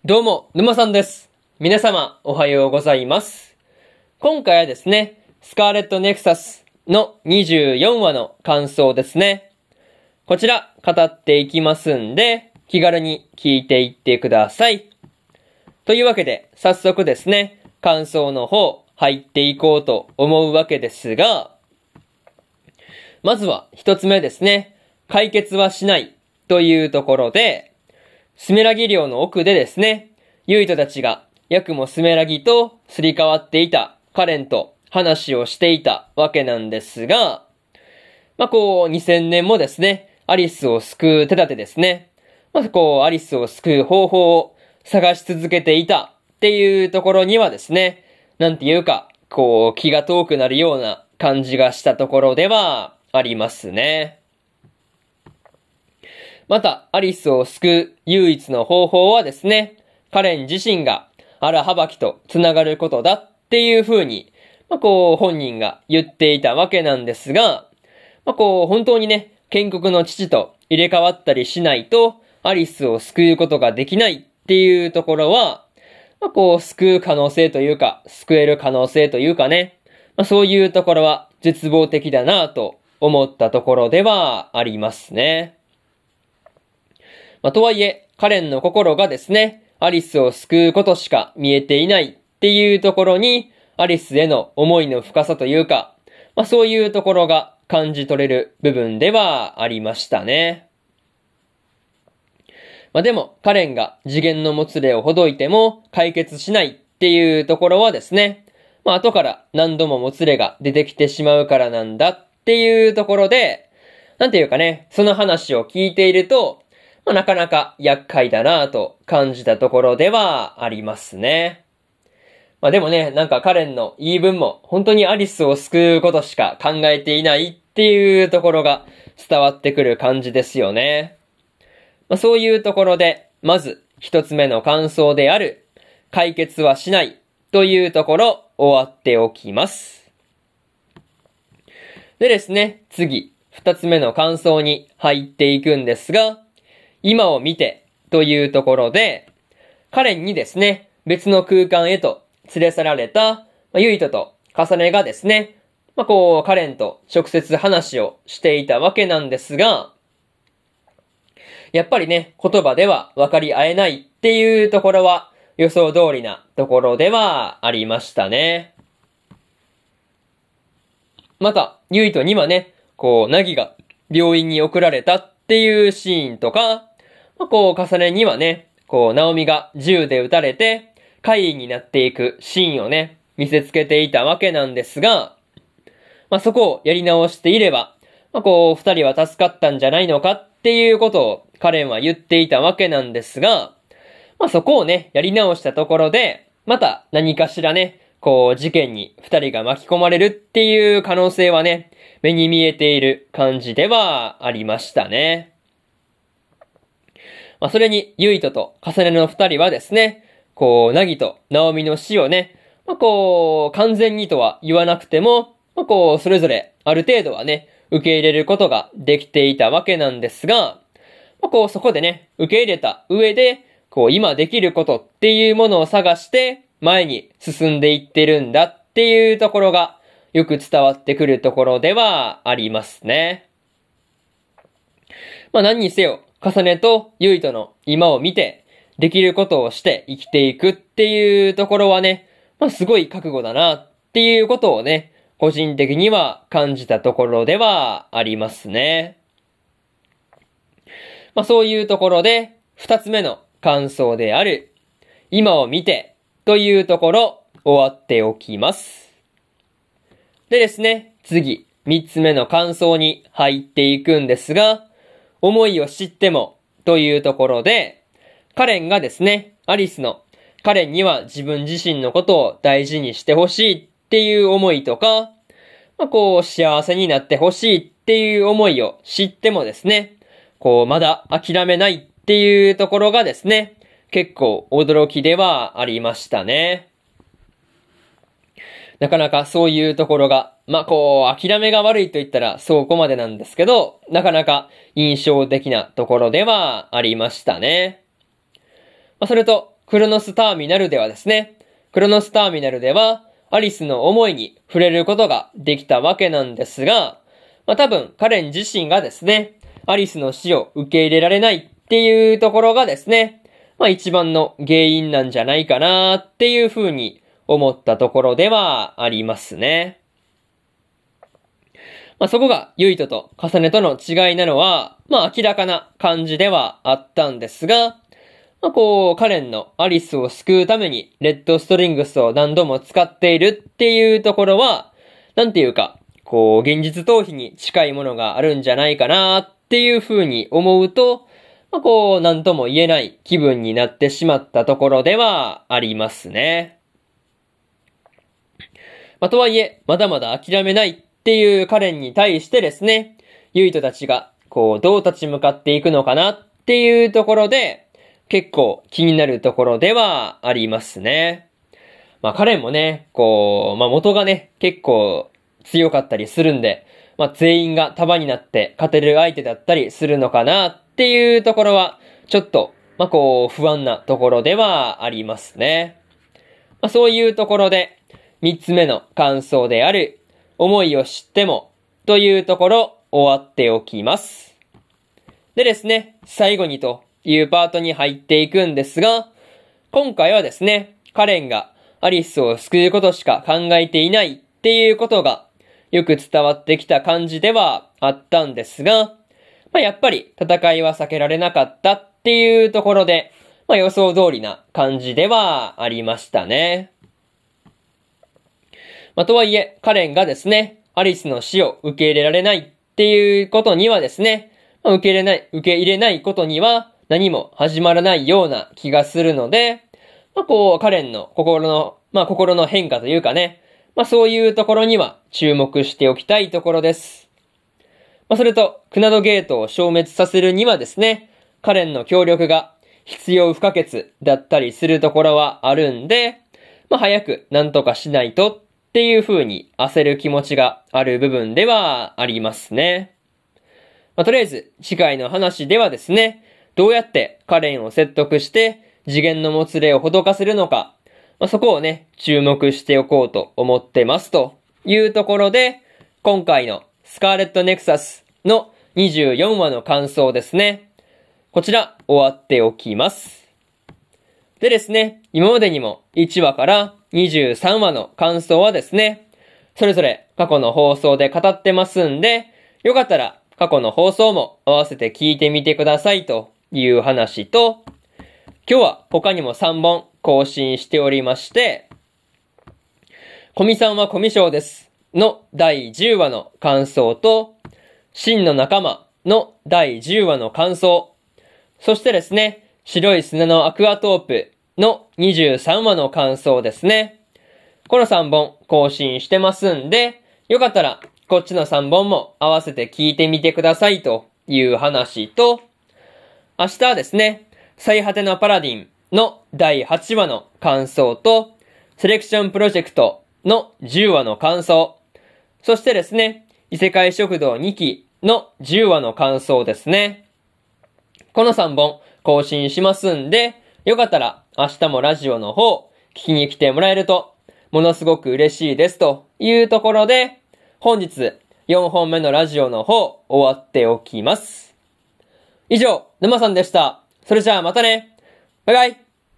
どうも、沼さんです。皆様、おはようございます。今回はですね、スカーレットネクサスの24話の感想ですね。こちら、語っていきますんで、気軽に聞いていってください。というわけで、早速ですね、感想の方、入っていこうと思うわけですが、まずは一つ目ですね、解決はしないというところで、スメラギ寮の奥でですね、ユイトたちが、ヤクもスメラギとすり替わっていたカレンと話をしていたわけなんですが、2000年もですね、アリスを救う手立てですね。アリスを救う方法を探し続けていたっていうところにはですね、なんていうか、気が遠くなるような感じがしたところではありますね。また、アリスを救う唯一の方法はですね、カレン自身が荒はばきと繋がることだっていう風に、本人が言っていたわけなんですが、本当にね、建国の父と入れ替わったりしないと、アリスを救うことができないっていうところは、救う可能性というか、救える可能性というかね、そういうところは絶望的だなと思ったところではありますね。とはいえ、カレンの心がですね、アリスを救うことしか見えていないっていうところに、アリスへの思いの深さというか、そういうところが感じ取れる部分ではありましたね。でも、カレンが次元のもつれをほどいても解決しないっていうところはですね、後から何度ももつれが出てきてしまうからなんだっていうところで、なんていうかね、その話を聞いていると、なかなか厄介だなぁと感じたところではありますね。でもね、カレンの言い分も本当にアリスを救うことしか考えていないっていうところが伝わってくる感じですよね。そういうところで、まず一つ目の感想である解決はしないというところ終わっておきます。でですね、次二つ目の感想に入っていくんですが、今を見てというところで、カレンにですね、別の空間へと連れ去られた、ユイトとカサネがですね、カレンと直接話をしていたわけなんですが、やっぱりね、言葉では分かり合えないっていうところは予想通りなところではありましたね。また、ユイトにはね、ナギが病院に送られたっていうシーンとか、重ねにはね、ナオミが銃で撃たれて、怪異になっていくシーンをね、見せつけていたわけなんですが、そこをやり直していれば、二人は助かったんじゃないのかっていうことをカレンは言っていたわけなんですが、そこをね、やり直したところで、また何かしらね、事件に二人が巻き込まれるっていう可能性はね、目に見えている感じではありましたね。それに、ユイトとカサネの二人はですね、ナギとナオミの死をね、完全にとは言わなくても、それぞれある程度はね、受け入れることができていたわけなんですが、そこでね、受け入れた上で、今できることっていうものを探して、前に進んでいってるんだっていうところが、よく伝わってくるところではありますね。何にせよ、重ねとユイトの今を見て、できることをして生きていくっていうところはね、すごい覚悟だなっていうことをね、個人的には感じたところではありますね。そういうところで、二つ目の感想である、今を見てというところ終わっておきます。でですね、次、三つ目の感想に入っていくんですが、思いを知ってもというところで、カレンがですね、アリスのカレンには自分自身のことを大事にしてほしいっていう思いとか、幸せになってほしいっていう思いを知ってもですね、まだ諦めないっていうところがですね、結構驚きではありましたね。なかなかそういうところが、諦めが悪いと言ったらそこまでなんですけど、なかなか印象的なところではありましたね。それと、 クロノスターミナルではですね、クロノスターミナルでは、アリスの思いに触れることができたわけなんですが、多分カレン自身がですね、アリスの死を受け入れられないっていうところがですね、一番の原因なんじゃないかなっていうふうに思ったところではありますね。そこがユイトとカサネとの違いなのは、明らかな感じではあったんですが、カレンのアリスを救うためにレッドストリングスを何度も使っているっていうところは、なんていうか、現実逃避に近いものがあるんじゃないかなっていうふうに思うと、なんとも言えない気分になってしまったところではありますね。とはいえ、まだまだ諦めないっていうカレンに対してですね、ユイトたちが、どう立ち向かっていくのかなっていうところで、結構気になるところではありますね。カレンもね、元がね、結構強かったりするんで、全員が束になって勝てる相手だったりするのかなっていうところは、ちょっと、不安なところではありますね。そういうところで、三つ目の感想である、思いを知っても、というところ、終わっておきます。でですね、最後にというパートに入っていくんですが、今回はですね、カレンがアリスを救うことしか考えていないっていうことが、よく伝わってきた感じではあったんですが、やっぱり戦いは避けられなかったっていうところで、予想通りな感じではありましたね。とはいえ、カレンがですね、アリスの死を受け入れられないっていうことにはですね、受け入れないことには何も始まらないような気がするので、カレンの心の変化というかね、そういうところには注目しておきたいところです。それと、クナドゲートを消滅させるにはですね、カレンの協力が必要不可欠だったりするところはあるんで、早く何とかしないとっていう風に焦る気持ちがある部分ではありますね。とりあえず、次回の話ではですね、どうやってカレンを説得して次元のもつれをほどかせるのか、そこをね、注目しておこうと思ってますというところで、今回のスカーレットネクサスの24話の感想ですね。こちら終わっておきます。でですね、今までにも1話から23話の感想はですね、それぞれ過去の放送で語ってますんで、よかったら過去の放送も合わせて聞いてみてくださいという話と、今日は他にも3本更新しておりまして、コミさんはコミショウですの第10話の感想と、真の仲間の第10話の感想、そしてですね、白い砂のアクアトープの23話の感想ですね。この3本更新してますんで、よかったらこっちの3本も合わせて聞いてみてくださいという話と、明日はですね、最果てのパラディンの第8話の感想と、セレクションプロジェクトの10話の感想、そしてですね、異世界食堂2期の10話の感想ですね。この3本更新しますんで、よかったら明日もラジオの方聞きに来てもらえるとものすごく嬉しいですというところで、本日4本目のラジオの方終わっておきます。以上、沼さんでした。それじゃあまたね。バイバイ。